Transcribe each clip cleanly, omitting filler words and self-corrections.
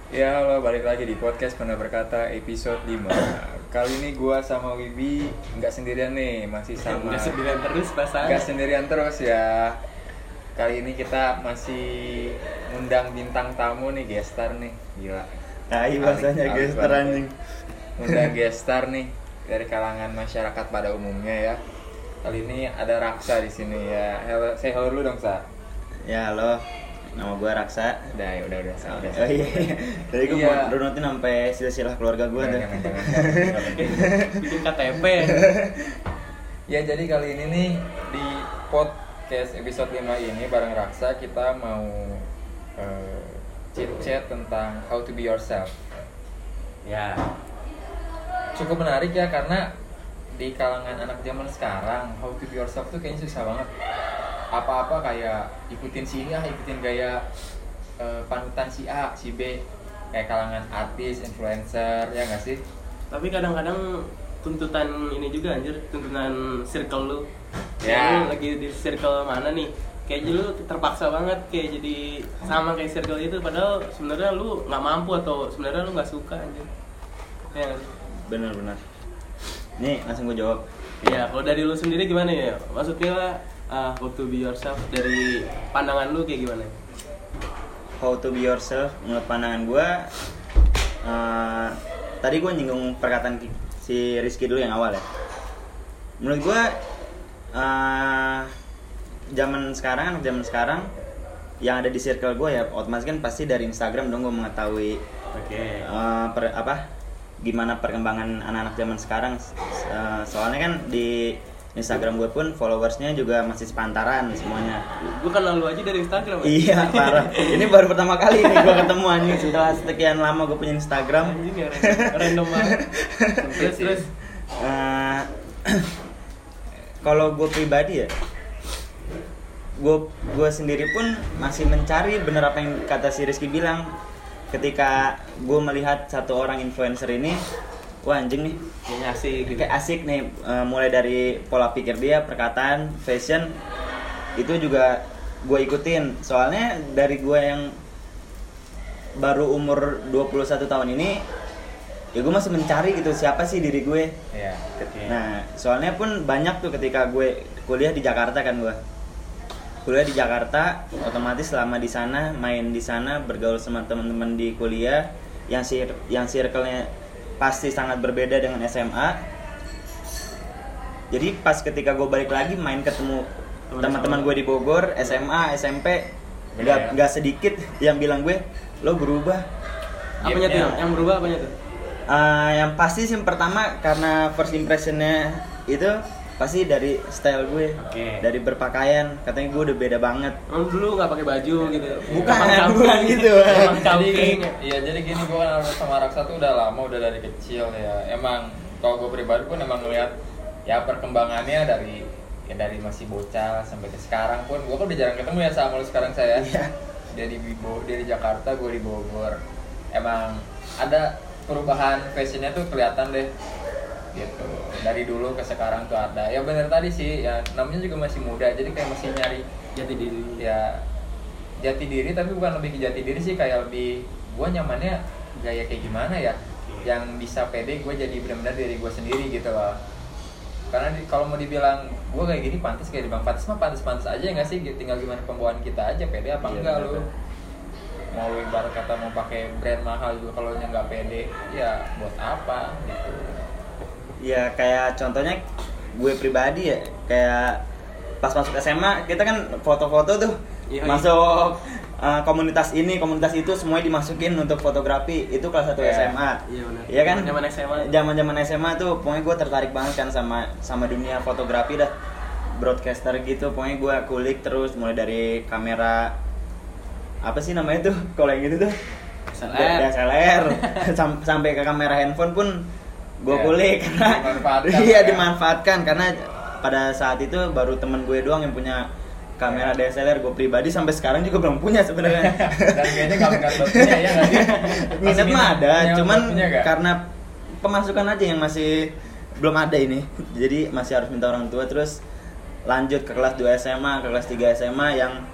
Ya, halo, balik lagi di podcast Pernah Berkata episode 5. Kali ini gua sama Wibi nggak sendirian nih, masih sama. Nggak sendirian terus pasangan. Nggak sendirian terus ya. Kali ini kita masih ngundang bintang tamu nih, gestar nih. Gila. Tai bahasanya gestar anjing. Ngundang gestar nih dari kalangan masyarakat pada umumnya ya. Kali ini ada Raksa di sini ya. Hello, say hello dulu dong, Sa. Ya halo, nama gue Raksa. Udah, ya udah. Oh iya, tadi gue mau runutin sampai silsilah keluarga gue tuh. Bikin KTP. Ya, jadi kali ini nih di podcast episode 5 ini bareng Raksa kita mau chit-chat tentang how to be yourself. Ya. Cukup menarik ya, karena di kalangan anak zaman sekarang how to be yourself tuh kayaknya susah banget. Apa-apa kayak ikutin si A, ikutin gaya panutan si A, si B, kayak kalangan artis, influencer, ya nggak sih? Tapi kadang-kadang tuntutan ini juga anjir, tuntutan circle lu. Ya. Lu lagi di circle mana nih? Kayak lu terpaksa banget kayak jadi sama kayak circle itu, padahal sebenarnya lu nggak mampu atau sebenarnya lu nggak suka anjir. Ya nggak sih? Benar. Nih langsung gue jawab. Ya, kalau dari lu sendiri gimana ya? Maksudnya how to be yourself dari pandangan lu kayak gimana? How to be yourself menurut pandangan gue. Tadi gue nyinggung perkataan si Rizky dulu yang awal ya. Menurut gue zaman sekarang yang ada di circle gue ya otomatis kan pasti dari Instagram dong gue mengetahui Oke. gimana perkembangan anak-anak zaman sekarang. Soalnya kan di Instagram gue pun followersnya juga masih sepantaran semuanya. Gue kenal lu aja dari Instagram. Iya parah. Ini baru pertama kali nih gue ketemu anjing setelah sekian lama gue punya Instagram. Anjing ya, random banget. Terus. Kalau gue pribadi ya, gue sendiri pun masih mencari bener apa yang kata si Rizky bilang. Ketika gue melihat satu orang influencer ini, wah anjing nih, Kayaknya asik gitu. kayak asik nih, mulai dari pola pikir dia, perkataan, fashion, itu juga gue ikutin. Soalnya dari gue yang baru umur 21 tahun ini, ya gue masih mencari gitu siapa sih diri gue. Ya. Nah, soalnya pun banyak tuh ketika gue kuliah di Jakarta kan gue. Kuliah di Jakarta, otomatis selama di sana, main di sana, bergaul sama teman-teman di kuliah yang circle-nya pasti sangat berbeda dengan SMA. Jadi pas ketika gue balik lagi main ketemu teman-teman gue di Bogor, SMA, SMP, nggak sedikit yang bilang gue, lo berubah. Apanya tuh yang berubah apanya tuh? Yang pasti sih pertama karena first impressionnya itu pasti dari style gue, dari berpakaian, katanya gue udah beda banget. Dulu nggak pakai baju gitu. Bukan gitu. Emang camping. Jadi gini, gue kan sama Raksa tuh udah lama, udah dari kecil ya. Emang kalau gue pribadi pun emang ngeliat ya perkembangannya dari masih bocah sampai ke sekarang pun. Gue kan udah jarang ketemu ya sama lu sekarang saya. Iya. Dia di Jakarta, gue di Bogor. Emang ada perubahan fashionnya tuh kelihatan deh. Gitu. Dari dulu ke sekarang tuh ada. Ya bener tadi sih, ya namanya juga masih muda, jadi kayak masih nyari Jati diri. ya jati diri, tapi bukan lebih ke jati diri sih, kayak lebih gue nyamannya gaya kayak gimana ya yang bisa pede gue jadi benar-benar diri gue sendiri gitu loh. Karena kalau mau dibilang gue kayak gini pantas kayak dibilang pantas mah pantas aja nggak sih, tinggal gimana pembawaan kita aja, pede apa enggak lu. Mau lu ibarat kata mau pakai brand mahal juga kalau nya nggak pede ya buat apa gitu. Ya kayak contohnya gue pribadi ya, kayak pas masuk SMA kita kan foto-foto tuh. Iya, masuk komunitas ini, komunitas itu semuanya dimasukin untuk fotografi. Itu kelas 1 SMA. Iya benar. Iya kan? Zaman SMA. Zaman SMA tuh pokoknya gue tertarik banget kan sama dunia fotografi dah. Broadcaster gitu, pokoknya gue kulik terus mulai dari kamera apa sih namanya tuh kalau yang gitu tuh? DSLR. Sampai ke kamera handphone pun gue kulik karena dimanfaatkan karena pada saat itu baru temen gue doang yang punya kamera DSLR. Gue pribadi sampai sekarang juga belum punya sebenarnya. Dan kayaknya nggak punya ya nggak sih? Minat mah ada, cuman karena pemasukan aja yang masih belum ada ini. Jadi masih harus minta orang tua, terus lanjut ke kelas 2 SMA, ke kelas 3 SMA yang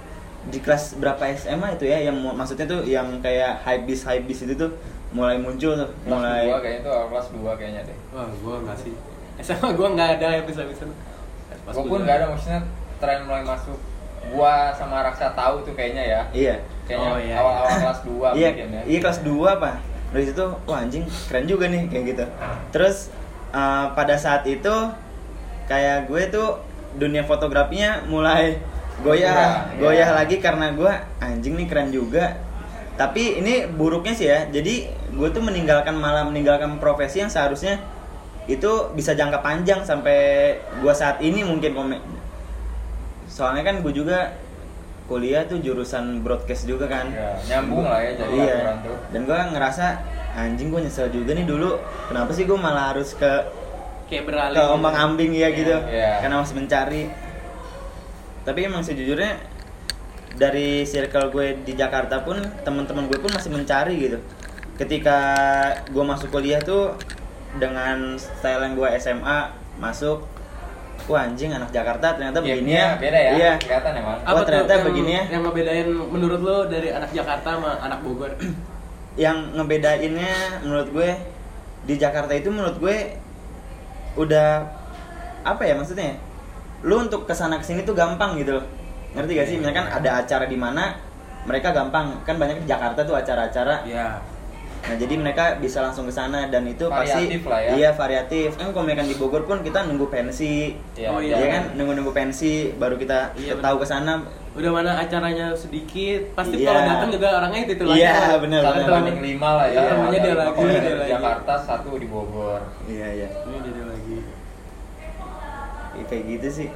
di kelas berapa SMA itu ya, yang maksudnya tuh yang kayak hypebeast itu tuh mulai muncul tuh, mulai Kelas 2 kayaknya tuh, kelas 2 kayaknya deh. Wah, gua enggak sih. SMA gua enggak ada habis-habisan. Gue pun nggak ada, maksudnya tren mulai masuk. Gua sama Raksa tahu tuh kayaknya ya. Iya. Kayaknya Oh, iya, awal-awal iya. kelas 2 Iya, mungkin ya. iya kelas 2 apa? Dari situ, wah anjing keren juga nih kayak gitu. Terus pada saat itu kayak gue tuh dunia fotografinya mulai goyah Iya. lagi karena gue anjing nih keren juga. Tapi ini buruknya sih ya. Jadi gue tuh meninggalkan profesi yang seharusnya itu bisa jangka panjang sampai gue saat ini mungkin soalnya kan gue juga kuliah tuh jurusan broadcast juga kan. Ya, nyambung lah ya jadi Iya. aturan tuh. Dan gue ngerasa anjing gue nyesel juga nih dulu. Kenapa sih gue malah harus ke Kayak beralih. ombang-ambing ya gitu. Iya. Karena masih mencari. Tapi emang sejujurnya dari circle gue di Jakarta pun teman-teman gue pun masih mencari gitu. Ketika gue masuk kuliah tuh dengan style yang gue SMA masuk, wah anjing anak Jakarta ternyata begini ya. Beda ya. Iya. Kelihatan emang. Oh, ternyata yang, begini ya. Yang ngebedain menurut lo dari anak Jakarta sama anak Bogor? Yang ngebedainnya menurut gue di Jakarta itu menurut gue udah apa ya maksudnya? Lu untuk kesana kesini tuh gampang gitu loh. Ngerti gak sih? Misalkan ada acara di mana mereka gampang, kan banyak di Jakarta tuh acara-acara. Iya. Nah, jadi mereka bisa langsung ke sana dan itu Variatif pasti lah ya. Iya, variatif. Kan kalau misalkan di Bogor pun kita nunggu pensi. Iya. Oh, Iya iya. kan, nunggu pensi baru kita Iya, tahu ke sana. Udah mana acaranya sedikit, pasti Iya. kalau datang juga orangnya itu lagi. Iya, bener. Satu Betul. banding 5 lah ya. Iya, temennya dia Ada lagi, lima dia di lagi. Jakarta, 1 di Bogor. Iya, iya. Ini dia lagi. Kayak gitu sih.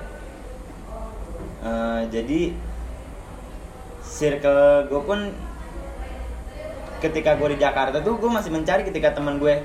Jadi circle gue pun ketika gue di Jakarta tuh gue masih mencari ketika teman gue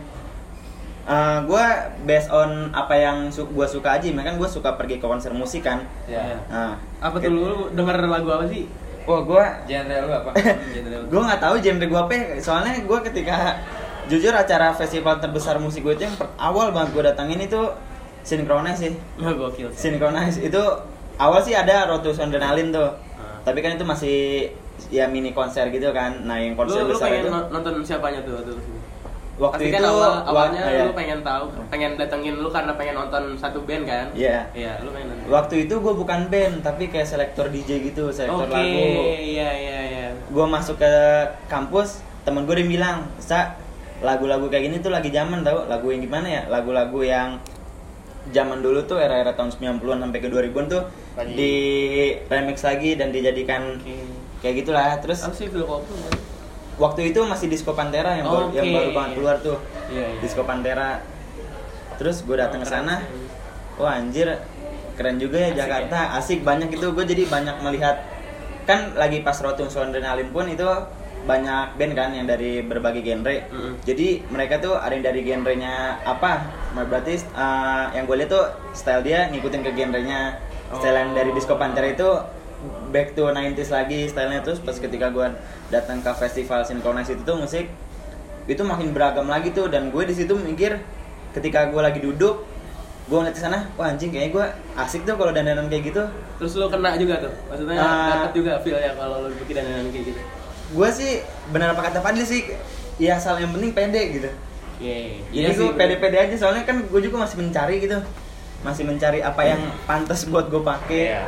gue based on apa yang gue suka aja, kan gue suka pergi ke konser musik kan. Iya. Nah, Apa tuh lu denger lagu apa sih? oh gue Genre lu apa? gue nggak tahu genre gue apa ya. Soalnya gue ketika jujur acara festival terbesar musik gue itu yang awal banget gue datangin itu Synchronize sih. Nggak gokil. Synchronize itu awal sih ada Road to Adrenaline tuh. Tapi kan itu masih ya mini konser gitu kan. Nah, yang konser Lu besar pengen itu nonton siapanya tuh waktu itu? waktu Pasti itu kan awalnya iya. lu pengen tahu, pengen datengin lu karena pengen nonton satu band kan? Iya. Iya, lu pengen nonton. Waktu itu gue bukan band tapi kayak selektor DJ gitu, selektor Oke, lagu. iya. Gue masuk ke kampus, temen gue dia bilang, "Sa, lagu-lagu kayak gini tuh lagi zaman tau." Lagu yang gimana ya? Lagu-lagu yang zaman dulu tuh era-era tahun 90-an sampai ke 2000-an tuh Lagi. di remix lagi dan dijadikan Oke. kayak gitulah. Terus Apa sih Phil Koplo? waktu itu masih Disco Pantera yang baru, yang Oke. baru banget keluar tuh. Iya. Disco Pantera. Terus gue datang ke sana. Wah anjir, keren juga ya Asik Jakarta. Asik banyak itu. Gue jadi banyak melihat, kan lagi pas Road to Adrenaline pun itu banyak band kan yang dari berbagai genre. Jadi mereka tuh ada yang dari genrenya apa? Berarti yang gue lihat tuh style dia ngikutin ke genrenya. Style yang dari Disco Pantera itu back to 90s lagi stylenya. Terus pas ketika gue datang ke festival Synchronize itu tuh musik itu makin beragam lagi tuh. Dan gue di situ mikir ketika gue lagi duduk, gue ngeliat ke sana, wah anjing kayaknya gue asik tuh kalau dandanan kayak gitu. Terus lu kena juga tuh? Maksudnya dapat juga feel ya kalau lu bikin dandanan kayak gitu? Gue sih benar apa kata Fadli sih, ya asal yang penting pede gitu. Oke. Jadi gue pede-pede aja, soalnya kan gue juga masih mencari gitu, masih mencari apa yang pantas buat gue pakai. Iya.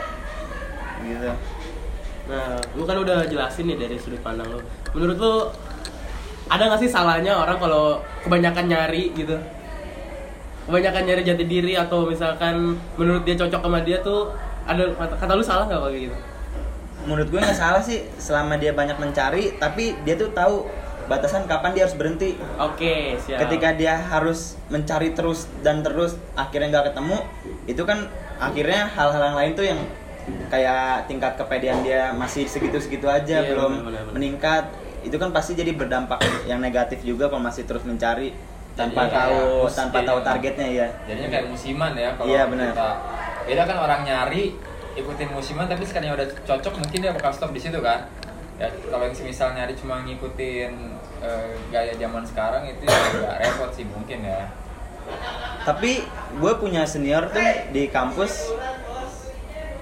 Gitu. Nah, lu kan udah jelasin nih dari sudut pandang lu. Menurut lu ada nggak sih salahnya orang kalau kebanyakan nyari gitu? Kebanyakan nyari jati diri atau misalkan menurut dia cocok sama dia tuh ada kata lu salah nggak kayak gitu? Menurut gue nggak salah sih selama dia banyak mencari, tapi dia tuh tahu batasan kapan dia harus berhenti. Oke, siap. Ketika dia harus mencari terus dan terus akhirnya nggak ketemu, itu kan akhirnya hal-hal yang lain tuh yang kayak tingkat kepedean dia masih segitu-segitu aja, Iya, belum benar. meningkat. Itu kan pasti jadi berdampak yang negatif juga kalau masih terus mencari tanpa Jadi, tahu kayak tanpa jadi tahu emang- targetnya ya. Jadinya kayak musiman ya kalau Iya, benar. kita. Beda kan orang nyari ikutin musiman, tapi sekalinya udah cocok mungkin dia bakal stop di situ kan. Ya kalau yang misal nyari cuma ngikutin gaya zaman sekarang itu ya agak repot sih mungkin ya. Tapi gue punya senior tuh di kampus,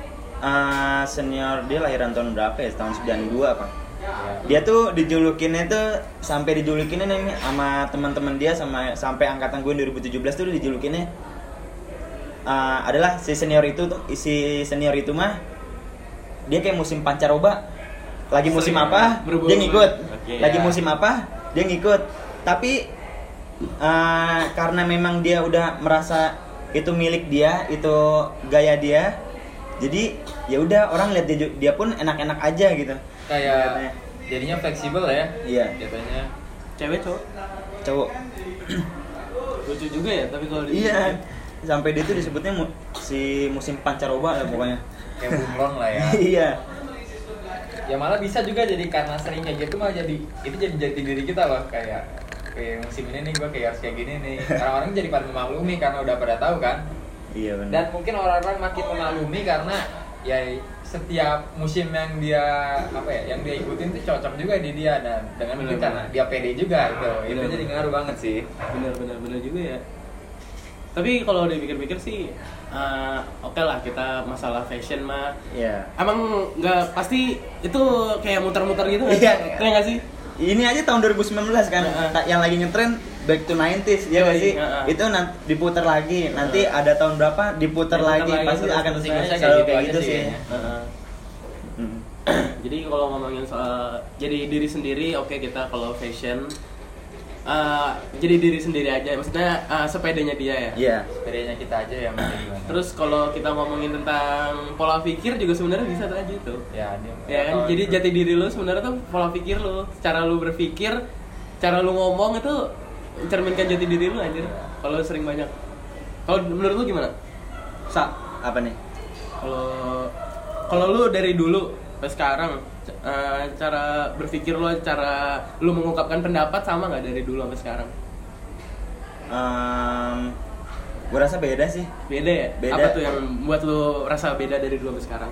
senior dia lahiran tahun berapa ya? Tahun 92 apa? Dia tuh dijulukinnya tuh sampai dijulukinnya nih sama teman-teman dia sama sampai angkatan gue 2017 tuh dijulukinnya adalah si senior itu mah dia kayak musim pancaroba. Lagi musim apa dia ngikut. Lagi musim apa dia ngikut. Tapi karena memang dia udah merasa itu milik dia, itu gaya dia. Jadi ya udah orang lihat dia pun enak-enak aja gitu. Kayak jadinya fleksibel ya. Iya. Jatuhnya Cewek Cowok. lucu juga ya, tapi kalau Iya. Sampai dia tuh disebutnya si musim pancaroba lah pokoknya. kayak bunglon lah ya. Iya. Ya malah bisa juga jadi karena sering kayak gitu malah jadi itu jadi jati diri kita loh, kayak musim ini nih gue kayak harus kayak gini nih. Orang-orang jadi pada memaklumi karena udah pada tahu kan. Iya benar. Dan mungkin orang-orang makin memaklumi karena ya setiap musim yang dia yang dia ikutin tuh cocok juga di dia, dan dengan mungkin karena dia pede juga gitu. Itu jadi ngaruh banget sih. Bener juga ya. Tapi kalau dipikir-pikir sih oke lah, kita masalah fashion mah emang nggak pasti itu kayak muter-muter gitu kan? Iya. Kayak nggak sih? Ini aja tahun 2019 kan yang lagi ngetren back to 90s ya nggak sih? Itu nanti diputar lagi, nanti ada tahun berapa diputar lagi, pasti akan selalu kayak gitu sih. Jadi kalau ngomongin soal jadi diri sendiri, oke, kita kalau fashion jadi diri sendiri aja, maksudnya sepedanya dia ya. Iya. Sepedanya kita aja yang menjadi gimana. Terus kalau kita ngomongin tentang pola pikir juga sebenarnya bisa tuh aja tuh. Ya, Kan jadi jati diri lu sebenarnya tuh pola pikir lu, cara lu berpikir, cara lu ngomong itu mencerminkan jati diri lu anjir. Kalau sering banyak. Kalau menurut lu gimana? Apa nih? Kalau lu dari dulu sampai sekarang cara berpikir lu, cara lu mengungkapkan pendapat sama nggak dari dulu sampai sekarang? Gue rasa beda sih. Beda ya? Beda. Apa tuh yang buat lu rasa beda dari dulu sampai sekarang?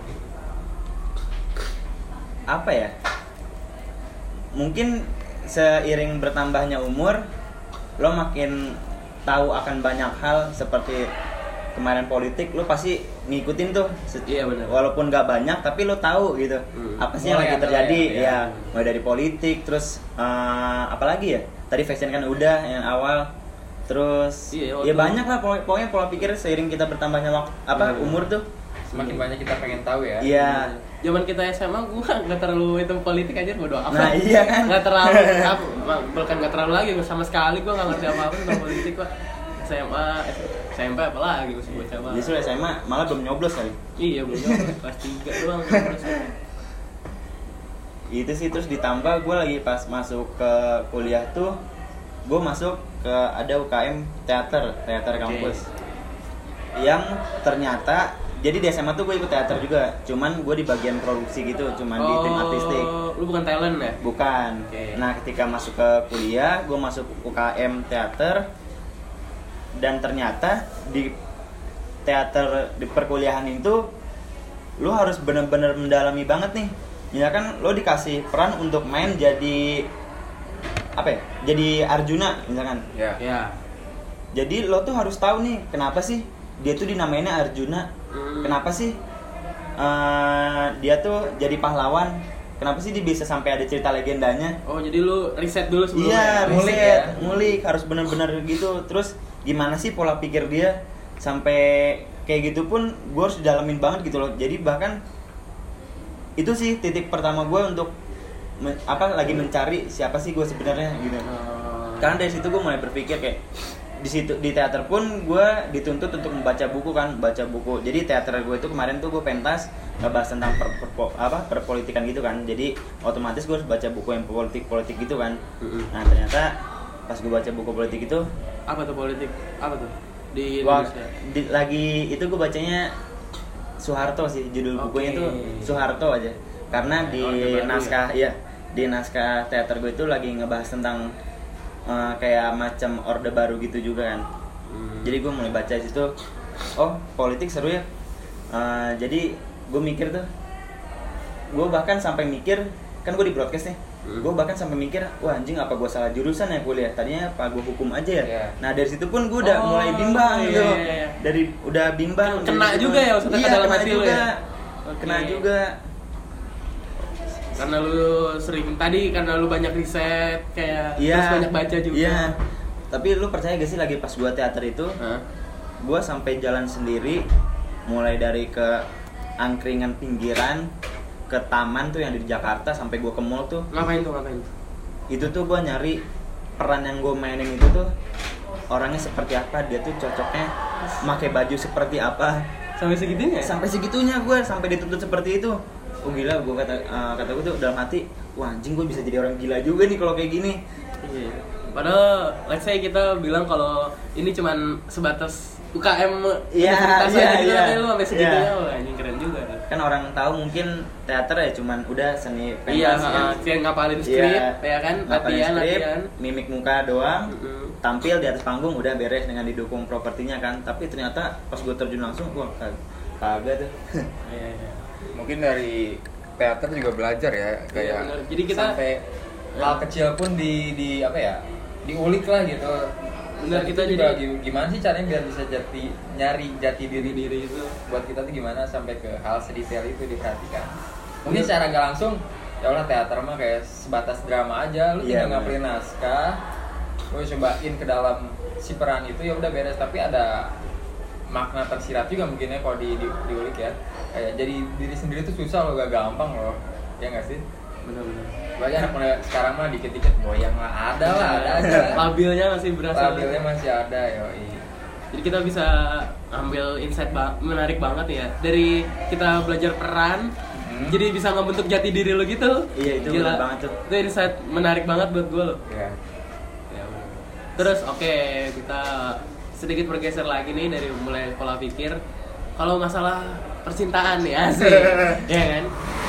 Apa ya? Mungkin seiring bertambahnya umur, lo makin tahu akan banyak hal. Seperti kemarin politik, lo pasti ngikutin tuh. Iya benar. Walaupun nggak banyak, tapi lo tahu gitu. Apa sih yang lagi terjadi? Ya, mulai dari politik, terus apa lagi ya? Tadi fashion kan udah yang awal. Terus ya banyak lah pokoknya pola pikir seiring kita bertambahnya umur tuh. Semakin banyak kita pengen tahu ya. Iya. Zaman kita SMA gua nggak terlalu itu politik aja, bodo amat. Nah iya kan. Nggak terlalu bahkan nggak terlalu lagi sama sekali, gua nggak ngerti apa-apa tentang politik kok. SMA, SMP apalagi gua sebut coba. Justru SMA malah belum nyoblos kali. Iya belum nyoblos, kelas 3 doang nyoblos. Itu sih, terus ditambah gue lagi pas masuk ke kuliah tuh, gue masuk ke ada UKM teater kampus. Yang ternyata jadi di SMA tuh gue ikut teater juga, cuman gue di bagian produksi gitu, cuman di tim artistik. Lu bukan talent ya? Bukan. Nah ketika masuk ke kuliah, gue masuk UKM teater. Dan ternyata di teater di perkuliahan itu lu harus benar-benar mendalami banget nih. Misalkan lu dikasih peran untuk main jadi jadi Arjuna misalkan. Iya. Jadi lo tuh harus tahu nih kenapa sih dia tuh dinamainnya Arjuna. Kenapa sih dia tuh jadi pahlawan? Kenapa sih dia bisa sampai ada cerita legendanya? Oh, jadi lu riset dulu sebelumnya. Iya, riset, ngulik harus benar-benar gitu. Terus gimana sih pola pikir dia sampai kayak gitu pun gue harus dalamin banget gitu loh. Jadi bahkan itu sih titik pertama gue untuk lagi mencari siapa sih gue sebenarnya gitu. Karena dari situ gue mulai berpikir kayak di teater pun gue dituntut untuk baca buku. Jadi teater gue itu kemarin tuh gue pentas ngebahas tentang perpolitikan gitu kan. Jadi otomatis gue harus baca buku yang politik gitu kan. Nah ternyata pas gue baca buku politik itu, apa tuh politik? Apa tuh? Di Indonesia. Lagi itu gue bacanya Soeharto sih, judul bukunya tuh Soeharto aja. Karena di naskah di naskah teater gue itu lagi ngebahas tentang kayak macam orde baru gitu juga kan. Jadi gue mulai baca di situ, oh politik seru ya. Jadi gue mikir tuh, gue bahkan sampai mikir, kan gue di broadcast nih, gue bahkan sampai mikir, wah anjing apa gue salah jurusan ya kuliah, tadinya apa gue hukum aja ya. Nah dari situ pun gue udah mulai bimbang gitu. Dari udah bimbang. Kena juga ya maksudnya dalam hati lu ya. Kena juga. Karena lu karena lu banyak riset kayak Iya. terus banyak baca juga. Iya. Tapi lu percaya gak sih lagi pas gua teater itu, gua sampai jalan sendiri, mulai dari ke angkringan pinggiran, ke taman tuh yang di Jakarta, sampai gua ke mall tuh. Ngapain tuh? Itu tuh gua nyari peran yang gua mainin itu tuh orangnya seperti apa, dia tuh cocoknya pakai baju seperti apa. Sampai segitunya? Sampai segitunya gua, sampai dituntut seperti itu. Oh gila, gua kata gue tuh dalam hati, wah anjing gue bisa jadi orang gila juga nih kalau kayak gini. Iya. Padahal let's say kita bilang kalau ini cuman sebatas UKM universitas aja gitu, tapi lu sampai segitunya, wah anjing keren juga. Kan orang tahu mungkin teater ya cuman udah seni Iya, pentas kayak ngapalin skrip, ya kan, latihan. Mimik muka doang, tampil di atas panggung udah beres dengan didukung propertinya kan. Tapi ternyata pas gue terjun langsung, wah kagak tuh. Iya. Mungkin dari teater juga belajar ya, kayak bener. Jadi kita sampai hal kecil pun di apa ya, diulik lah gitu. Benar, kita juga jadi gimana sih caranya biar bisa nyari jati diri itu buat kita tuh gimana sampai ke hal sedetail itu diperhatikan. Mungkin secara nggak langsung ya udah teater mah kayak sebatas drama aja, lu tinggal ngapalin naskah, lu cobain ke dalam si peran itu ya udah beres. Tapi ada makna tersirat juga mungkin ya kalau diulik ya. Kayak jadi diri sendiri tuh susah loh, gak gampang loh, ya nggak sih? benar-benar. Banyak anak muda sekarang mah dikit-dikit goyang lah, ada aja. Labilnya masih berasa. Labilnya masih ada, yoi. Jadi kita bisa ambil insight menarik banget ya dari kita belajar peran. Jadi bisa ngebentuk jati diri lo gitu. Iya, itu gila bener banget tuh. Itu insight menarik banget buat gue lo. Iya. Ya, terus oke, kita sedikit bergeser lagi nih dari mulai pola pikir. Kalau masalah percintaan nih asik, ya kan?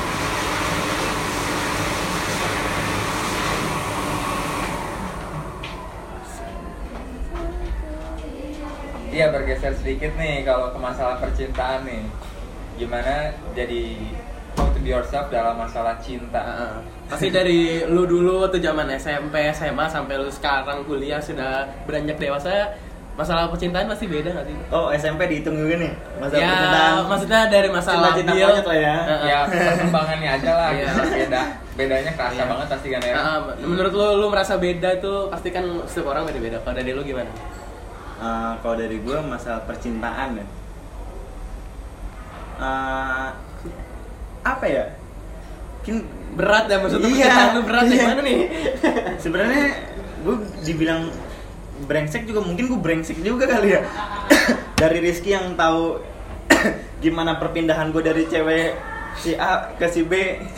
Iya, bergeser sedikit nih kalau ke masalah percintaan nih. Gimana jadi how to be yourself dalam masalah cinta? Pasti dari lu dulu tuh zaman SMP, SMA sampai lu sekarang kuliah sudah beranjak dewasa, masalah percintaan pasti beda nggak sih? Oh, SMP dihitung juga nih masalah Ya, percintaan. maksudnya dari masalah Cinta labil. monyet lah ya. Ya, perkembangannya aja lah. Iya. Bedanya kerasa Iya. banget pasti kan ya. Menurut lu merasa beda tuh pasti kan setiap orang beda-beda. Kalau dari lu gimana? Kalau dari gue masalah percintaan ya, apa ya? Mungkin Berat ya maksudnya Iya, percintaan lu berat iya. gimana nih? sebenarnya gue dibilang brengsek juga, mungkin gue brengsek juga kali ya. Dari Rizky yang tahu gimana perpindahan gue dari cewek si A ke si B.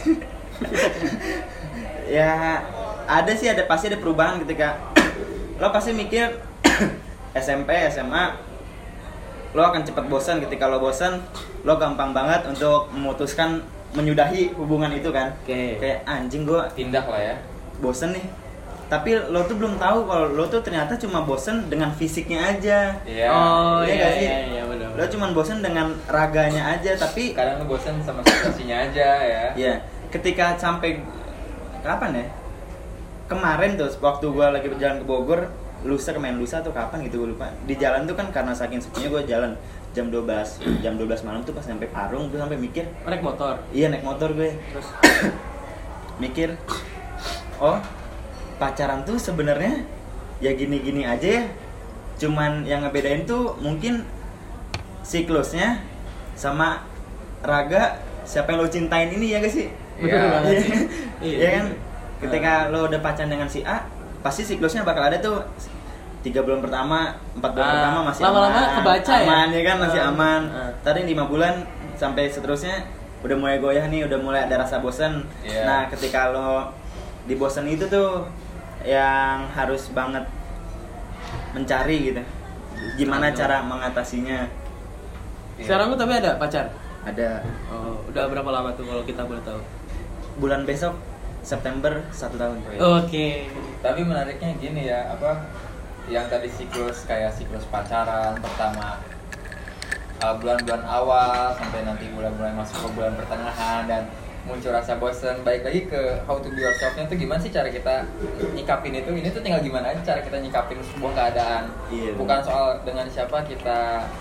Ya pasti ada perubahan ketika lo pasti mikir SMP, SMA lo akan cepat bosan. Ketika lo bosan, lo gampang banget untuk memutuskan menyudahi hubungan itu kan. Kayak anjing gue Pindah lah ya. bosen nih. Tapi lo tuh belum tahu kalau lo tuh ternyata cuma bosen dengan fisiknya aja. Iya. Oh Iya iya nggak sih? iya benar. Lo cuma bosen dengan raganya aja, tapi Kadang lu bosan sama situasinya aja ya. ya ketika sampai kapan ya? Kemarin tuh waktu gue lagi berjalan ke Bogor, lusa atau kapan gitu gue lupa. Di jalan tuh kan karena saking sepinya gue jalan jam 12 malam tuh pas sampai Parung gue sampai mikir, Naik motor. iya naik motor gue. Terus Mikir, oh pacaran tuh sebenarnya ya gini-gini aja ya. Cuman yang ngebedain tuh mungkin siklusnya sama raga siapa yang lo cintain ini, ya gak sih? betul Iya. banget sih. Iya kan? Ketika lo udah pacaran dengan si A, pasti siklusnya bakal ada tuh 3 bulan pertama, 4 bulan pertama masih lama-lama aman, kebaca ya? aman ya kan, masih aman. Tadi 5 bulan sampai seterusnya udah mulai goyah nih, udah mulai ada rasa bosan. Iya. Nah, ketika lo di bosan itu tuh yang harus banget mencari gitu. Gimana cara mengatasinya? Sekarang lu tapi ada pacar? Ada Oh, udah berapa lama tuh kalau kita boleh tahu? bulan besok September 1 tahun. Oke. Tapi menariknya gini ya, apa yang tadi siklus kayak siklus pacaran pertama bulan-bulan awal sampai nanti bulan-bulan masuk ke bulan pertengahan dan muncul rasa bosen. Balik lagi ke how to be yourself-nya tuh gimana sih cara kita nyikapin itu. Ini tuh tinggal gimana aja cara kita nyikapin sebuah keadaan. Iya, Bukan soal dengan siapa kita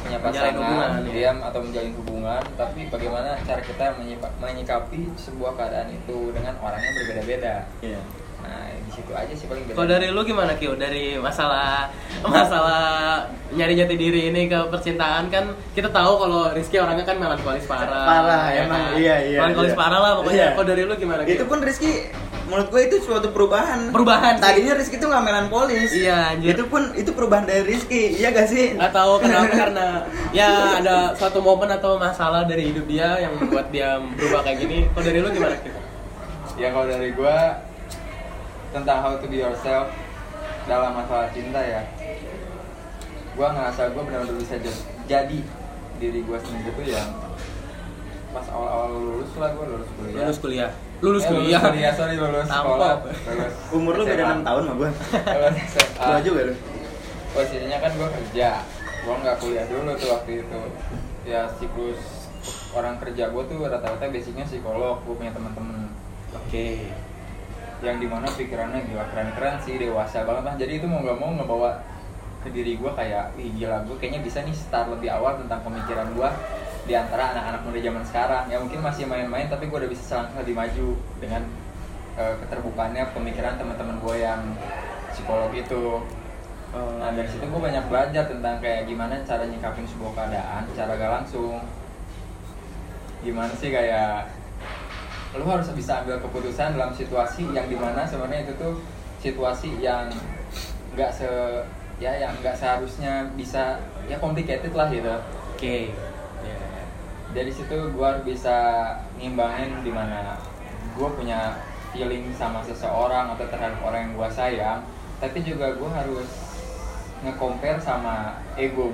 punya Menjalin hubungan, pasangan, ya. diam atau menjalin hubungan, tapi bagaimana cara kita menyikapi sebuah keadaan itu dengan orang yang berbeda-beda. Iya. Nah, di situ aja sih paling beda. Kalau dari lu gimana Kyo? Dari masalah nyari jati diri ini ke percintaan kan kita tahu kalau Rizky orangnya kan melankolis parah. Parah, ya emang, kan? iya. Melankolis parah lah pokoknya. Iya. Kalau dari lu gimana Kyo? Itu pun Rizky, menurut gue itu suatu perubahan. Perubahan sih. Tadinya Rizky tuh nggak melankolis. Iya, anjir. Itu perubahan dari Rizky, iya gak sih? Nggak tahu kenapa karena ya ada suatu momen atau masalah dari hidup dia yang membuat dia berubah kayak gini. Kalau dari lu gimana Kyo? Ya kalau dari gue tentang how to be yourself dalam masalah cinta ya, gue ngerasa gue benar-benar bisa jadi diri gue sendiri tuh yang pas awal-awal lulus lah, gue lulus kuliah. Lulus kuliah. Lulus Tampok. sekolah, lulus Umur lu beda SMA. 6 tahun sama gue. Lulus SMA. Tua juga lu. Posisinya kan gue kerja, gue nggak kuliah dulu tuh waktu itu. Ya siklus orang kerja gue tuh rata-rata basicnya psikolog, gue punya teman-teman. Oke. Yang dimana pikirannya gila keren-keren sih, dewasa banget lah. Jadi itu mau nggak mau ngebawa ke diri gue kayak, wih gila, gue kayaknya bisa nih start lebih awal tentang pemikiran gue di antara anak-anak muda zaman sekarang yang mungkin masih main-main, tapi gue udah bisa selangkah lebih maju dengan keterbukaannya pemikiran teman-teman gue yang psikolog itu. Nah dari situ gue banyak belajar tentang kayak gimana cara nyikapin sebuah keadaan secara gak langsung. Gimana sih kayak lu harus bisa ambil keputusan dalam situasi yang dimana sebenarnya itu tuh situasi yang nggak seharusnya bisa ya complicated lah gitu. Oke. Dari situ gue harus bisa ngimbangin dimana gue punya feeling sama seseorang atau terhadap orang yang gue sayang, tapi juga gue harus nge-compare sama ego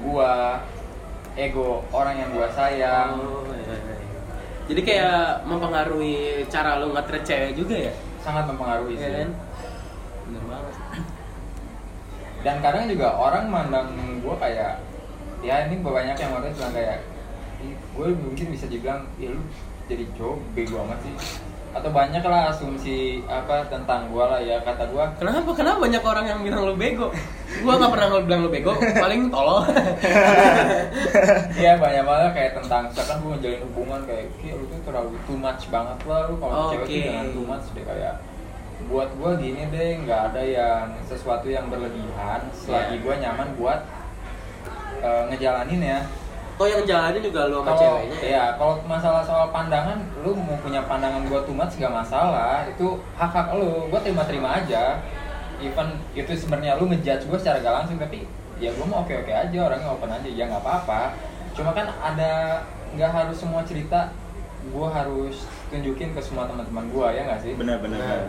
orang yang gue sayang. Jadi kayak mempengaruhi cara lu nge-treat cewek juga ya? Sangat mempengaruhi sih. Kan? Bener banget sih. Dan kadang juga orang mandang gue kayak, ya ini banyak yang orang bilang kayak, gue mungkin bisa dibilang, ya lu jadi cowok bego amat sih. Atau banyak lah asumsi apa tentang gue lah ya, kata gue. Kenapa banyak orang yang bilang lu bego? Gua nggak pernah bilang lu bego, paling tolol. Iya banyak banget kayak tentang, misalkan gue ngejalin hubungan kayak, lu tuh terlalu too much banget lah lu kalau cewek tuh jangan too much deh, kayak buat gue gini deh, nggak ada yang sesuatu yang berlebihan selagi gue nyaman buat ngejalanin ya. Oh yang jalanin juga lu sama Kalau ceweknya ya? ya kalau masalah soal pandangan, lu mau punya pandangan gue too much gak masalah, itu hak lu, gue terima aja. Even itu sebenarnya lu ngejudge gue secara gak langsung, tapi ya gue mau oke aja, orangnya open aja, ya nggak apa-apa. Cuma kan ada, nggak harus semua cerita gue harus tunjukin ke semua teman-teman gue, ya nggak sih? Benar.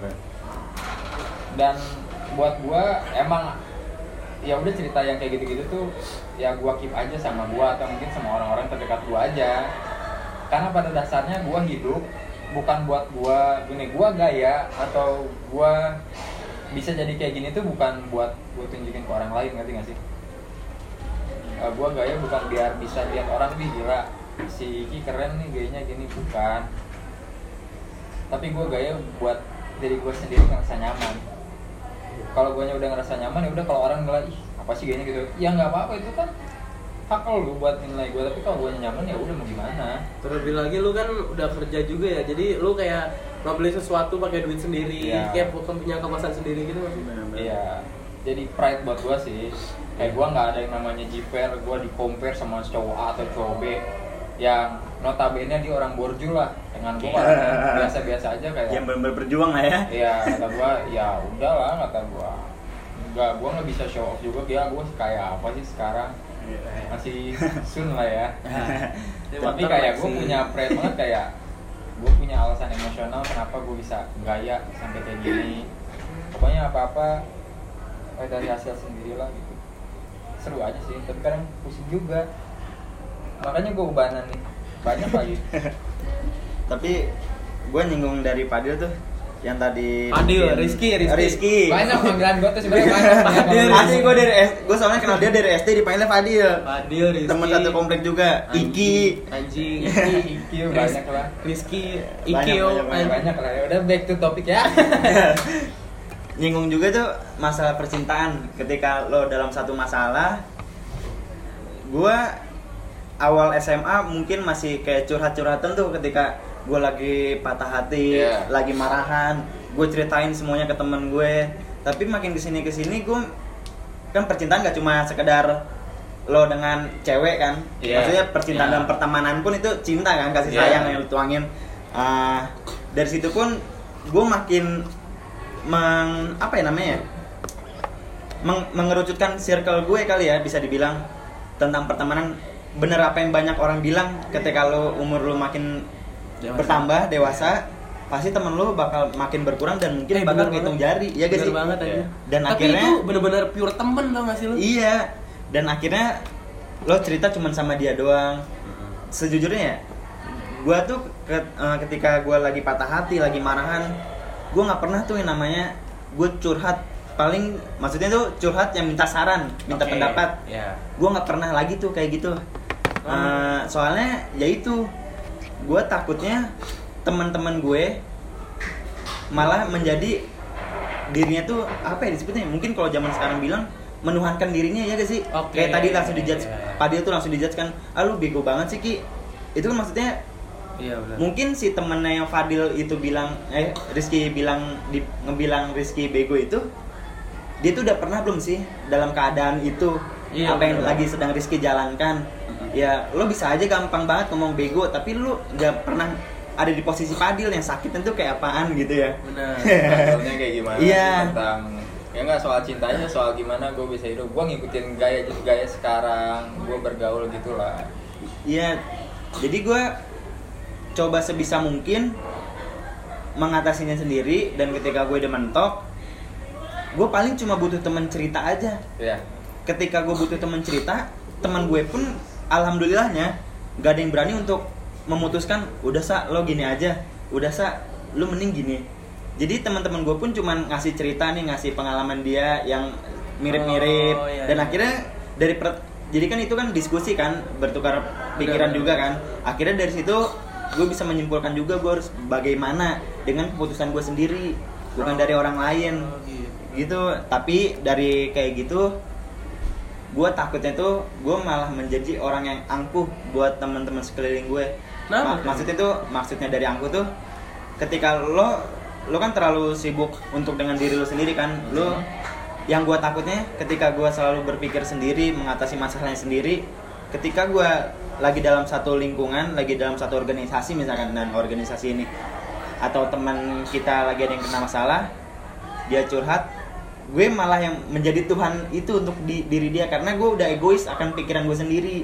Dan buat gue emang ya udah cerita yang kayak gitu-gitu tuh ya gue keep aja sama gue atau mungkin sama orang-orang terdekat gue aja, karena pada dasarnya gue hidup bukan buat gue gaya atau gue bisa jadi kayak gini tuh bukan buat gue tunjukin ke orang lain, ngerti nggak sih? Gue gaya bukan biar bisa lihat orang, wih gila si Iki keren nih gayanya gini, bukan. Tapi gue gaya buat diri gue sendiri ngerasa nyaman. Kalau gue udah ngerasa nyaman ya udah, kalau orang ngeliat ih apa sih gayanya gitu, ya nggak apa-apa, itu kan hak lu buat nilai gue. Tapi kalau gue nyaman ya udah, mau gimana. Terlebih lagi lu kan udah kerja juga ya, jadi lu kayak mau beli sesuatu pakai duit sendiri, kayak punya kepuasan sendiri gitu masih. Iya, jadi pride buat gue sih. Kayak gue nggak ada yang namanya jiper, gue di compare sama cowok A atau cowok B yang notabene dia orang borju lah, dengan gue biasa-biasa aja kayak yang benar-benar berjuang lah ya. Iya, kata gue ya udahlah, kata gue gue nggak bisa show off juga, gue kayak apa sih sekarang, masih sun lah ya. Tapi kayak gue punya pride banget, kayak gue punya alasan emosional kenapa gue bisa gaya sampai kayak gini. Pokoknya apa-apa dari hasil sendiri lah gitu. Seru aja sih, tapi kadang pusing juga. Makanya gue ubanan nih, banyak lagi. Tapi gue nyinggung dari Fadil tuh, yang tadi Fadil, Rizky. Banyak panggilan gue tuh sebenarnya banyak. Asli gue soalnya kenal dia dari SD, dipanggilnya Fadil. Rizky. Temen satu komplek juga, Iki. Anjing. Iki banyak lah. Rizky, Banyak lah. Ya udah back to topic ya. Nyinggung juga tuh masalah percintaan. Ketika lo dalam satu masalah, gue awal SMA mungkin masih kayak curhat-curhatan tuh ketika gue lagi patah hati, lagi marahan, gue ceritain semuanya ke temen gue. Tapi makin kesini gue kan percintaan gak cuma sekedar lo dengan cewek kan, maksudnya percintaan dalam pertemanan pun itu cinta kan, kasih sayang yang lo tuangin. Dari situ pun gue makin mengerucutkan circle gue kali ya, bisa dibilang tentang pertemanan. Bener apa yang banyak orang bilang, ketika lo umur lo makin bertambah dewasa, pasti temen lo bakal makin berkurang dan mungkin bakal ngitung jari, ya guys sih. Banget aja. Dan tapi akhirnya itu bener-bener pure temen tau gak sih lo? Iya. Dan akhirnya lo cerita cuma sama dia doang. Sejujurnya ya, gue tuh ketika gue lagi patah hati, lagi marahan, gue nggak pernah tuh yang namanya gue curhat. Paling maksudnya tuh curhat yang minta saran, minta pendapat. Gue nggak pernah lagi tuh kayak gitu. Soalnya ya itu, gue takutnya teman-teman gue malah menjadi dirinya tuh apa ya disebutnya? Mungkin kalau zaman sekarang bilang menuhankan dirinya, ya gak sih? Kayak tadi langsung dijudge, Padil tuh langsung dijudge kan, lu bego banget sih Ki. Itu kan maksudnya mungkin si temennya yang Fadil itu bilang, Rizky ngebilang Rizky bego itu, dia tuh udah pernah belum sih dalam keadaan itu, apa yang lagi sedang Rizky jalankan. Ya lo bisa aja gampang banget ngomong bego, tapi lu gak pernah ada di posisi Fadil yang sakitnya tuh kayak apaan gitu ya. Benar. Maksudnya kayak gimana tentang ya nggak soal cintanya, soal gimana gue bisa hidup, gue ngikutin gaya sekarang, gue bergaul gitulah. Iya, jadi gue coba sebisa mungkin mengatasinya sendiri, dan ketika gue udah mentok, gue paling cuma butuh teman cerita aja. Ketika gue butuh teman cerita, teman gue pun alhamdulillahnya gak ada yang berani untuk memutuskan, udah Sa, lo gini aja, udah Sa, lo mending gini. Jadi teman-teman gue pun cuman ngasih cerita nih, ngasih pengalaman dia yang mirip-mirip. Dan akhirnya jadi kan itu kan diskusi kan, bertukar pikiran juga kan. Akhirnya dari situ gue bisa menyimpulkan juga gue harus bagaimana dengan keputusan gue sendiri, bukan dari orang lain. Gitu. Tapi dari kayak gitu, gue takutnya tuh gue malah menjadi orang yang angkuh buat teman-teman sekeliling gue. Maksudnya dari angkuh tuh, ketika lo kan terlalu sibuk untuk dengan diri lo sendiri kan. Yang gue takutnya ketika gue selalu berpikir sendiri, mengatasi masalahnya sendiri, ketika gue lagi dalam satu lingkungan, lagi dalam satu organisasi misalkan, dan organisasi ini atau teman kita lagi ada yang kena masalah, dia curhat, gue malah yang menjadi Tuhan itu untuk diri dia, karena gue udah egois akan pikiran gue sendiri.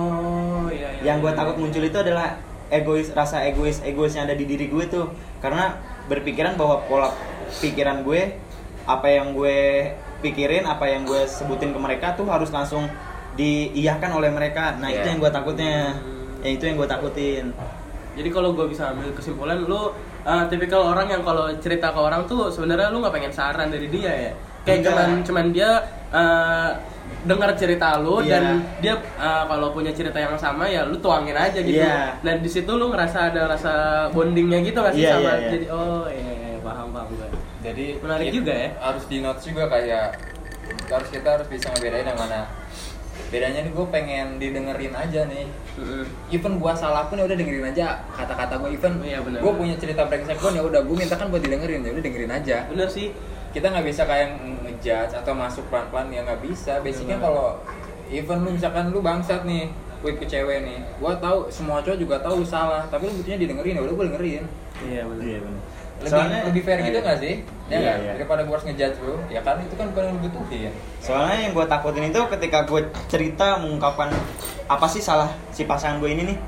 Yang gue takut muncul itu adalah rasa egois yang ada di diri gue tuh, karena berpikiran bahwa pola pikiran gue, apa yang gue pikirin, apa yang gue sebutin ke mereka tuh harus langsung diiyakan oleh mereka. Nah itu yang gue takutnya, itu yang gue takutin. Jadi kalau gue bisa ambil kesimpulan, lu tipikal orang yang kalau cerita ke orang tuh sebenarnya lu nggak pengen saran dari dia ya. Kayak cuman dia dengar cerita lu, dan dia kalau punya cerita yang sama ya lu tuangin aja gitu. Dan di situ lu ngerasa ada rasa bondingnya gitu nggak sih sama. Jadi paham gue. Jadi menarik juga ya. Harus di notes juga, kayak kita harus bisa ngebedain yang mana. Bedanya nih, gue pengen didengerin aja nih. Even gue salah pun ya udah dengerin aja kata-kata gue. Even gue punya cerita brengsek pun ya udah gue mintakan buat didengerin, ya udah dengerin aja. Bener sih. Kita nggak bisa kayak ngejudge atau masuk pelan-pelan, ya nggak bisa. Basicnya kalau even lu misalkan lu bangsat nih, ke cewek nih, gue tahu semua cowok juga tahu lu salah, tapi lu butuhnya didengerin, ya udah gue dengerin. Iya bener. Lebih fair gitu nggak sih? Daripada gue harus ngejudge lu, ya kan itu kan bukan yang lu butuhin. Soalnya yang gue takutin itu ketika gue cerita mengungkapkan apa sih salah si pasangan gue ini nih.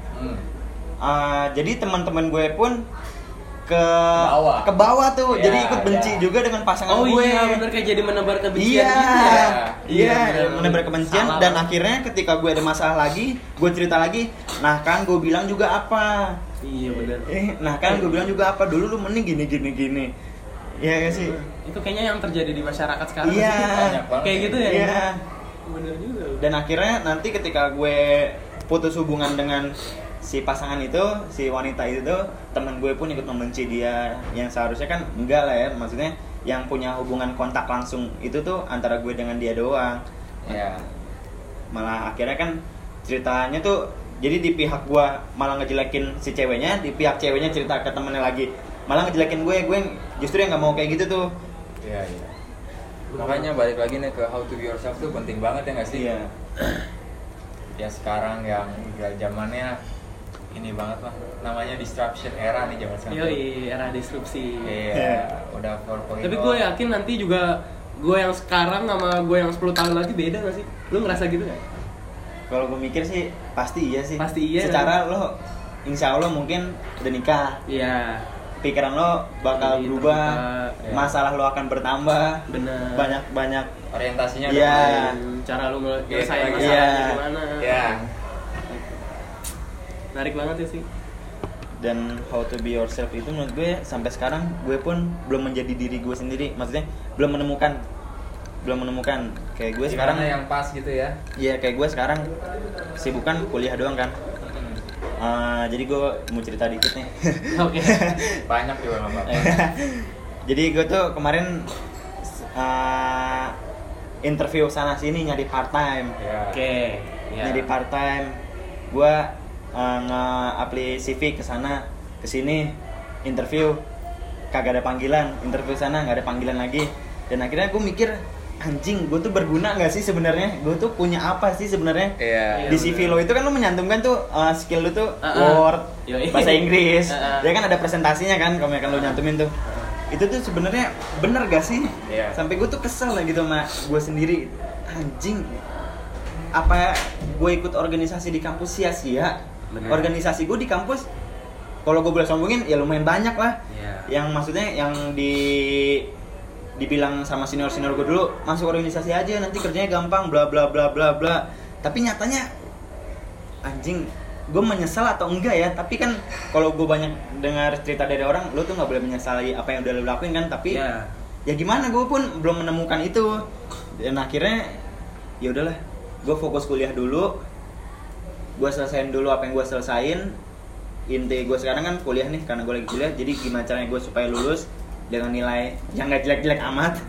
Jadi teman-teman gue pun ke bawah tuh, jadi ikut benci juga dengan pasangan gue. Iya bener, kayak jadi menebar kebencian gitu ya. Menebar kebencian. Salah. Dan akhirnya ketika gue ada masalah lagi, gue cerita lagi, nah kan gue bilang juga apa. Iya benar. Nah kan gue bilang juga apa, dulu lu mending gini. Iya gak sih? Itu kayaknya yang terjadi di masyarakat sekarang. Kayak gitu ya. Iya. Bener juga. Dan akhirnya nanti ketika gue putus hubungan dengan si pasangan itu, si wanita itu, teman gue pun ikut membenci dia. Yang seharusnya kan enggak lah ya, maksudnya yang punya hubungan kontak langsung itu tuh antara gue dengan dia doang. Malah akhirnya kan ceritanya tuh Jadi di pihak gue malah ngejelekin si ceweknya, di pihak ceweknya cerita ke temennya lagi malah ngejelekin gue justru yang nggak mau kayak gitu tuh. Iya. Makanya balik lagi nih ke how to be yourself tuh penting banget ya nggak sih? Iya. Ya sekarang yang zamannya ini banget lah, namanya disruption era nih zaman sekarang. Yoi, era disrupsi. Iya, udah 4.0. Tapi gue yakin nanti juga gue yang sekarang sama gue yang 10 tahun lagi beda gak sih? Lu ngerasa gitu gak? Kalau gue mikir sih pasti iya sih. Pasti iya. Secara lo insya Allah mungkin udah nikah. Iya. Pikiran lo bakal Jadi, berubah, ya. masalah lo akan bertambah. Bener. Banyak orientasinya Iya. udah mulai. Cara lu ngelesain Iya. masalahnya gimana? Iya. Menarik banget ya sih. Dan how to be yourself itu menurut gue sampai sekarang gue pun belum menjadi diri gue sendiri. Maksudnya belum menemukan kayak gue Gimana sekarang yang pas gitu ya. Iya, kayak gue sekarang sibukan kuliah doang kan. Jadi gue mau cerita dikit nih. Oke. Banyak juga nggak apa-apa. Jadi gue tuh kemarin interview sana sini nyari part time. Iya. Oke. Ya. Nyari part time. Gue nge-apply CV ke sana, ke sini interview kagak ada panggilan, interview sana nggak ada panggilan lagi. Dan akhirnya gue mikir, anjing, gue tuh berguna nggak sih sebenarnya? Gue tuh punya apa sih sebenarnya? Iya. Di CV lo itu kan lo menyantumkan tuh skill lo tuh Word, Yoi. bahasa Inggris. Uh-uh. Ya kan ada presentasinya kan, kalau lo nyantumin tuh. Itu tuh sebenarnya bener gak sih? Iya. Sampai gue tuh kesel lah gitu sama gue sendiri. Anjing, apa gue ikut organisasi di kampus sia-sia? Bener. Organisasi gue di kampus, kalau gue boleh sombongin ya lumayan banyak lah. Iya. Yang maksudnya yang dibilang sama senior gue dulu, masuk organisasi aja nanti kerjanya gampang bla bla bla bla bla. Tapi nyatanya anjing, gue menyesal atau enggak ya? Tapi kan kalau gue banyak dengar cerita dari orang, lo tuh nggak boleh menyesali apa yang udah lo lakuin kan. Tapi Iya. ya gimana, gue pun belum menemukan itu. Dan akhirnya ya udahlah, gue fokus kuliah dulu, gue selesain dulu apa yang gue selesain. Inti gue sekarang kan kuliah nih, karena gue lagi kuliah, jadi gimana caranya gue supaya lulus dengan nilai yang nggak jelek-jelek amat.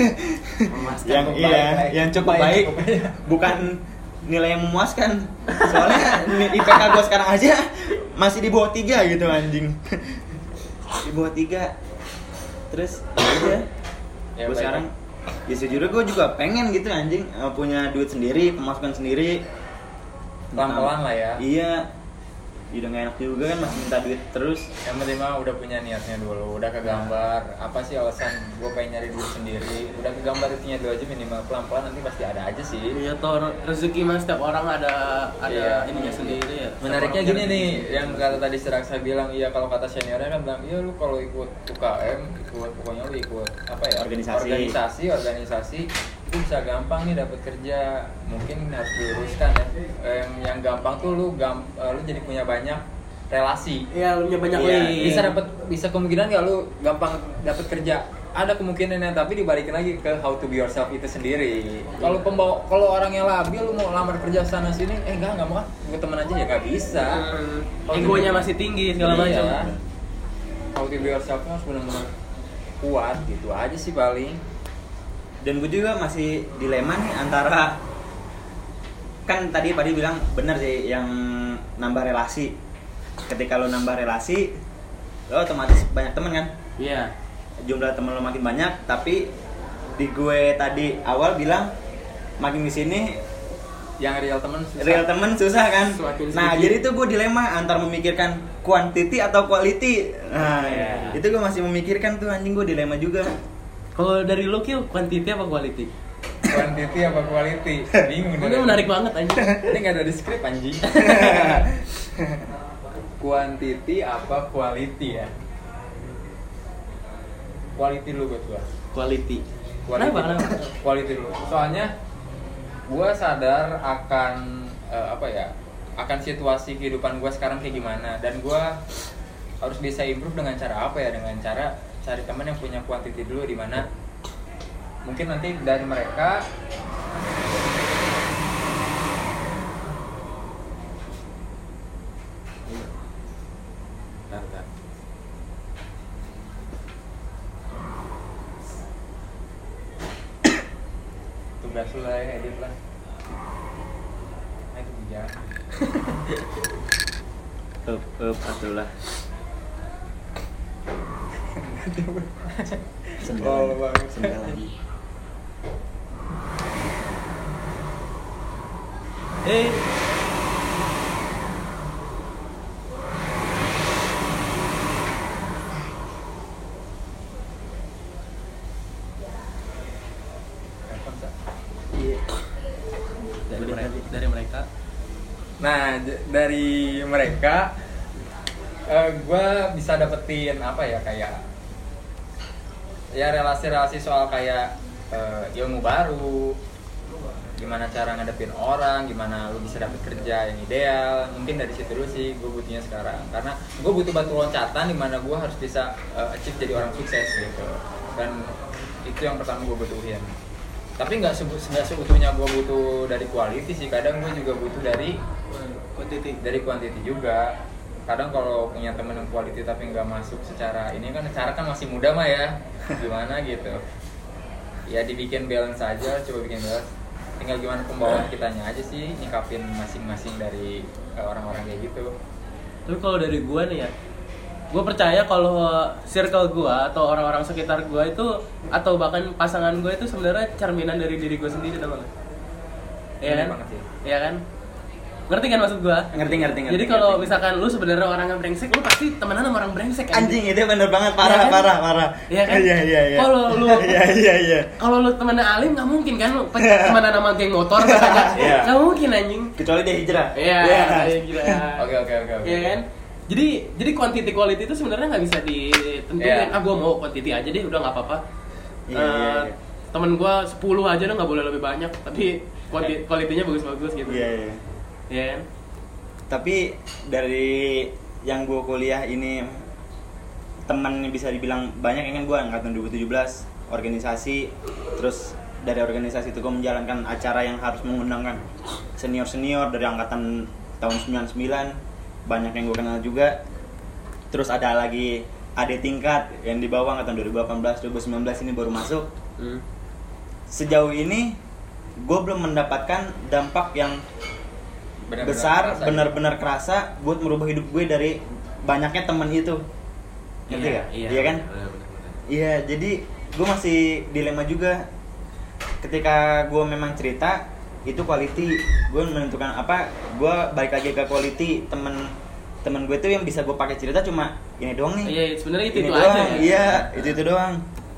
yang cukup iya baik. yang cukup Cukup baik, baik. bukan nilai yang memuaskan. Soalnya IPK gue sekarang aja masih di bawah 3 gitu anjing. Di bawah 3. Terus ya Ya, gue baik. sekarang ya sejujurnya gue juga pengen gitu anjing, punya duit sendiri, pemasukan sendiri. Pelan-pelan lah ya. Iya. Ya udah gak enak juga kan masih minta duit terus. Yang penting mah udah punya niatnya dulu, udah kegambar apa sih alasan gue pengen nyari duit sendiri, udah kegambar itunya dulu aja, minimal pelan-pelan nanti pasti ada aja sih. Iya, toh rezeki mas setiap orang ada Iya. ininya sendiri ya. Menariknya Setiap gini orang nih, sendiri. yang kata tadi Seraksa bilang, iya kalau kata seniornya kan bilang, iya lu kalau ikut UKM, ikut pokoknya lu ikut apa ya? Organisasi itu bisa gampang nih dapat kerja. Mungkin harus diluruskan ya. Yang gampang tuh lu jadi punya banyak relasi. Iya, lu punya banyak Iya, link. Bisa kemungkinan nggak lu gampang dapat kerja? Ada kemungkinannya, tapi dibalikin lagi ke how to be yourself itu sendiri. Kalau orangnya labil, lu mau lamar kerja sana sini, enggak mau kan, gue temen aja ya nggak bisa. Egonya masih tinggi segala macam. Iya. How to be yourself harus benar-benar kuat gitu aja sih paling. Dan gue juga masih dilema nih antara, kan tadi bilang bener sih yang nambah relasi. Ketika lo nambah relasi, lo otomatis banyak temen kan. Iya. Jumlah temen lo makin banyak, tapi di gue tadi awal bilang makin kesini Yang real temen susah. real temen susah kan. Semakin Nah sedikit. jadi tuh gue dilema antara memikirkan quantity atau quality. Nah Iya. itu gue masih memikirkan tuh, anjing, gue dilema juga. Kalau dari lu Kil, quantity apa quality? Quantity apa quality? Bingung. Ini menarik banget anjing. Ini nggak ada di skrip anjing. Quantity apa quality ya? Quality lu buat gua. Quality. Quality. Kenapa? Quality dulu. Soalnya gua sadar akan akan situasi kehidupan gua sekarang kayak gimana, dan gua harus bisa improve dengan cara apa ya? Dengan cara cari teman yang punya quantity dulu, di mana mungkin nanti dari mereka tugas lu lah ya, edit lah. itu bujang. Atulah. Oh, banget. Sendal lagi. Iya. Dari mereka. Nah, dari mereka gue bisa dapetin apa ya, kayak ya relasi-relasi soal kayak ilmu baru, gimana cara ngadepin orang, gimana lu bisa dapet kerja yang ideal. Mungkin dari situ dulu sih gue butuhnya sekarang, karena gue butuh batu loncatan dimana gue harus bisa achieve jadi orang sukses gitu, dan itu yang pertama gue butuhin. Tapi nggak seutuhnya gue butuh dari quality sih, kadang gue juga butuh dari quantity juga. Kadang kalau punya temen yang quality tapi nggak masuk secara ini kan, cara kan masih muda mah ya, gimana gitu ya, dibikin balance aja, coba bikin balance. Tinggal gimana pembawaan kitanya aja sih, nyikapin masing-masing dari orang-orang kayak gitu. Tapi kalau dari gue nih ya, gue percaya kalau circle gue atau orang-orang sekitar gue itu, atau bahkan pasangan gue itu sebenarnya cerminan dari diri gue sendiri, tau gak? Iya kan? Iya kan? Ngerti kan maksud gue? Ngerti. Jadi kalau misalkan lu sebenarnya orang yang brengsek, lu pasti temenan sama orang brengsek kan? Anjing, itu bener banget, parah. Iya kan? Iya. Kalau lu kalau lu temenan alim nggak mungkin kan lu temenan sama geng motor kan? Nggak mungkin anjing. Kecuali dia hijrah. Iya. Gila. Oke. Iya kan? Jadi quantity quality itu sebenarnya nggak bisa ditentuin. Yeah. Gue mau quantity aja deh, udah nggak apa-apa. Iya. Temen gue 10 aja udah nggak boleh lebih banyak, tapi quality-nya bagus-bagus gitu. Iya. Iya kan? Tapi dari yang gue kuliah ini, teman bisa dibilang banyak. Kan gue angkatan 2017 organisasi, terus dari organisasi itu gue menjalankan acara yang harus mengundangkan senior dari angkatan tahun 99, banyak yang gue kenal juga. Terus ada lagi adik tingkat yang di bawah angkatan 2018, 2019 ini baru masuk. Sejauh ini gue belum mendapatkan dampak yang benar-benar kerasa buat merubah hidup gue dari banyaknya teman itu. Ngerti gak? Iya kan? Iya, jadi gue masih dilema juga. Ketika gue memang cerita itu quality, gue menentukan apa, gue balik lagi ke quality. Temen gue tuh yang bisa gue pakai cerita cuma ini doang nih. Iya, sebenarnya itu doang, aja. Iya, itu doang.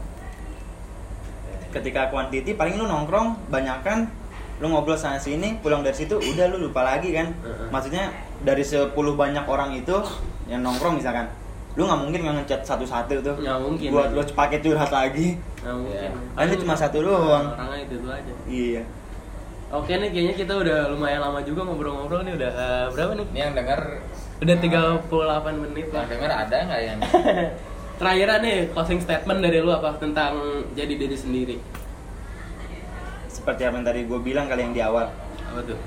Ketika quantity paling lu nongkrong banyakan, lu ngobrol sana sini, pulang dari situ udah lu lupa lagi kan. Maksudnya dari 10 banyak orang itu yang nongkrong misalkan, lu nggak mungkin ngechat satu-satu tuh. Nggak mungkin. Buat lu pakai curhat lagi. Nggak mungkin. Ini cuma satu doang. Orangnya itu aja. Iya. Oke nih, kayaknya kita udah lumayan lama juga ngobrol-ngobrol nih, udah berapa nih? Ini yang denger Udah 38 menit lah. yang denger ada nggak yang Terakhiran nih, closing statement dari lu apa tentang jadi diri sendiri? Seperti apa yang tadi gue bilang kali yang di awal. Apa tuh?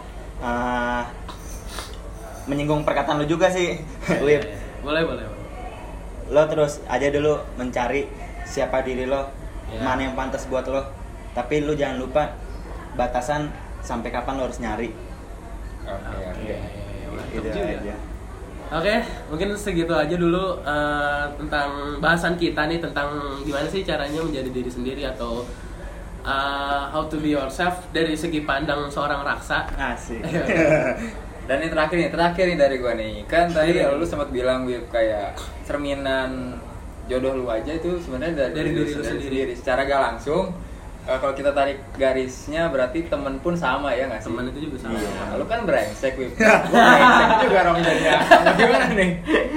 Menyinggung perkataan lu juga sih. Wip. Boleh. Lo terus aja dulu mencari siapa diri lo, mana yang pantas buat lo. Tapi lu jangan lupa batasan sampai kapan lo harus nyari. Oke. Itu aja. Oke, mungkin segitu aja dulu tentang bahasan kita nih, tentang gimana sih caranya menjadi diri sendiri atau how to be yourself dari segi pandang seorang raksa. Asik. Dan ini terakhir nih dari gua nih. Kan tadi lu sempat bilang Wip, kayak cerminan jodoh lu aja itu sebenarnya dari diri lu sendiri. Secara gak langsung kalau kita tarik garisnya berarti temen pun sama ya nggak sih? Temen itu juga sama. Iya. Lu kan brengsek Wip. Gua brengsek juga orang jadinya. Gimana nih?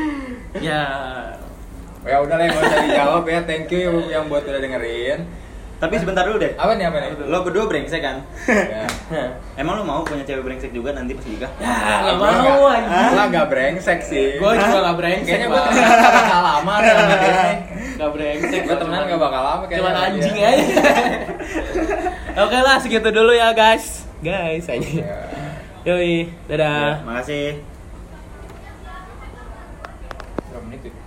Ya udah lah, nggak usah dijawab ya. Thank you yang buat udah dengerin. Tapi sebentar dulu deh. Apa nih? Lo berdua brengsek kan? Ya. Emang lo mau punya cewek brengsek juga nanti pas nikah? Nggak mau anjing. Gua nggak brengsek sih. Gua juga nggak brengsek. Kayaknya gua temenan nggak bakal lama deh sama dia nih. Nggak brengsek. Gua temenan nggak bakal lama kayaknya. Cuman anjing aja. Oke lah, segitu dulu ya guys. Anjing. Yoi, dadah. Makasih. Berapa menit, Wip?